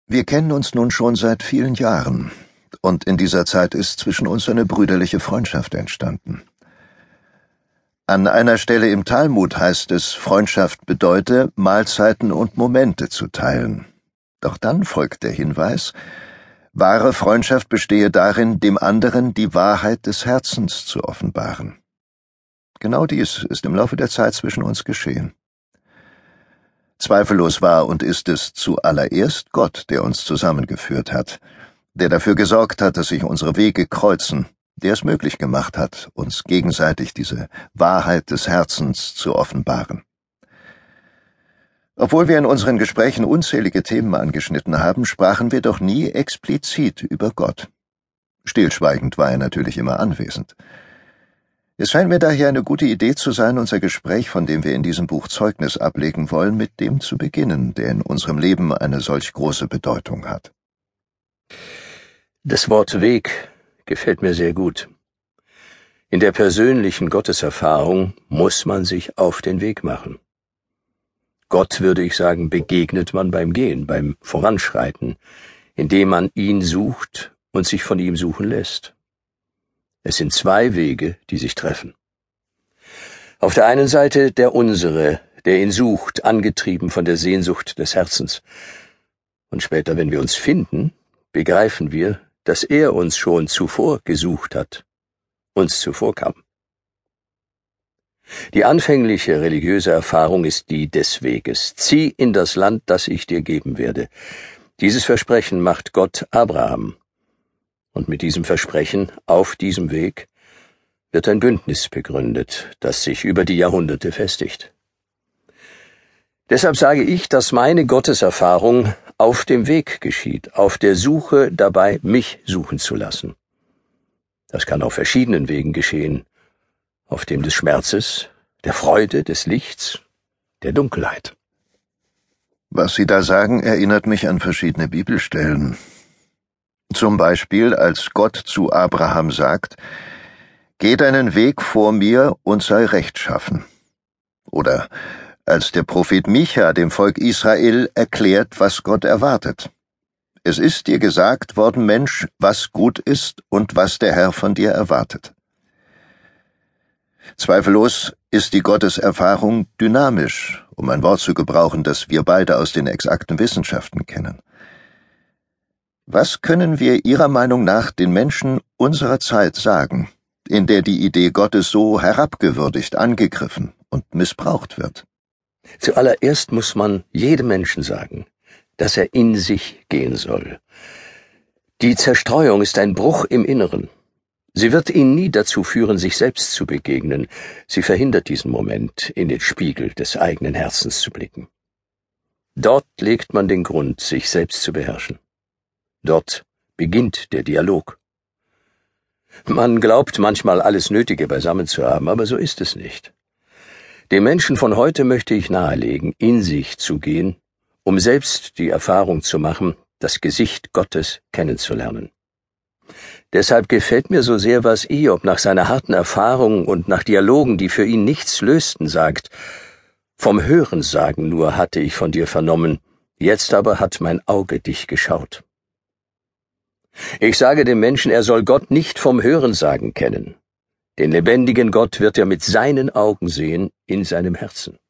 Wir kennen uns nun schon seit vielen Jahren, und in dieser Zeit ist zwischen uns eine brüderliche Freundschaft entstanden. An einer Stelle im Talmud heißt es, Freundschaft bedeute, Mahlzeiten und Momente zu teilen. Doch dann folgt der Hinweis, wahre Freundschaft bestehe darin, dem anderen die Wahrheit des Herzens zu offenbaren. Genau dies ist im Laufe der Zeit zwischen uns geschehen. Zweifellos war und ist es zuallererst Gott, der uns zusammengeführt hat, der dafür gesorgt hat, dass sich unsere Wege kreuzen, der es möglich gemacht hat, uns gegenseitig diese Wahrheit des Herzens zu offenbaren. Obwohl wir in unseren Gesprächen unzählige Themen angeschnitten haben, sprachen wir doch nie explizit über Gott. Stillschweigend war er natürlich immer anwesend. Es scheint mir daher eine gute Idee zu sein, unser Gespräch, von dem wir in diesem Buch Zeugnis ablegen wollen, mit dem zu beginnen, der in unserem Leben eine solch große Bedeutung hat. Das Wort Weg gefällt mir sehr gut. In der persönlichen Gotteserfahrung muss man sich auf den Weg machen. Gott, würde ich sagen, begegnet man beim Gehen, beim Voranschreiten, indem man ihn sucht und sich von ihm suchen lässt. Es sind zwei Wege, die sich treffen. Auf der einen Seite der unsere, der ihn sucht, angetrieben von der Sehnsucht des Herzens. Und später, wenn wir uns finden, begreifen wir, dass er uns schon zuvor gesucht hat, uns zuvorkam. Die anfängliche religiöse Erfahrung ist die des Weges. Zieh in das Land, das ich dir geben werde. Dieses Versprechen macht Gott Abraham. Und mit diesem Versprechen, auf diesem Weg, wird ein Bündnis begründet, das sich über die Jahrhunderte festigt. Deshalb sage ich, dass meine Gotteserfahrung auf dem Weg geschieht, auf der Suche dabei, mich suchen zu lassen. Das kann auf verschiedenen Wegen geschehen, auf dem des Schmerzes, der Freude, des Lichts, der Dunkelheit. Was Sie da sagen, erinnert mich an verschiedene Bibelstellen. Zum Beispiel, als Gott zu Abraham sagt, »Geh deinen Weg vor mir und sei rechtschaffen.« Oder als der Prophet Micha dem Volk Israel erklärt, was Gott erwartet. »Es ist dir gesagt worden, Mensch, was gut ist und was der Herr von dir erwartet.« Zweifellos ist die Gotteserfahrung dynamisch, um ein Wort zu gebrauchen, das wir beide aus den exakten Wissenschaften kennen. Was können wir Ihrer Meinung nach den Menschen unserer Zeit sagen, in der die Idee Gottes so herabgewürdigt, angegriffen und missbraucht wird? Zuallererst muss man jedem Menschen sagen, dass er in sich gehen soll. Die Zerstreuung ist ein Bruch im Inneren. Sie wird ihn nie dazu führen, sich selbst zu begegnen. Sie verhindert diesen Moment, in den Spiegel des eigenen Herzens zu blicken. Dort legt man den Grund, sich selbst zu beherrschen. Dort beginnt der Dialog. Man glaubt manchmal, alles Nötige beisammen zu haben, aber so ist es nicht. Dem Menschen von heute möchte ich nahelegen, in sich zu gehen, um selbst die Erfahrung zu machen, das Gesicht Gottes kennenzulernen. Deshalb gefällt mir so sehr, was Hiob nach seiner harten Erfahrung und nach Dialogen, die für ihn nichts lösten, sagt: Vom Hörensagen nur hatte ich von dir vernommen, jetzt aber hat mein Auge dich geschaut. Ich sage dem Menschen, er soll Gott nicht vom Hörensagen kennen. Den lebendigen Gott wird er mit seinen Augen sehen in seinem Herzen.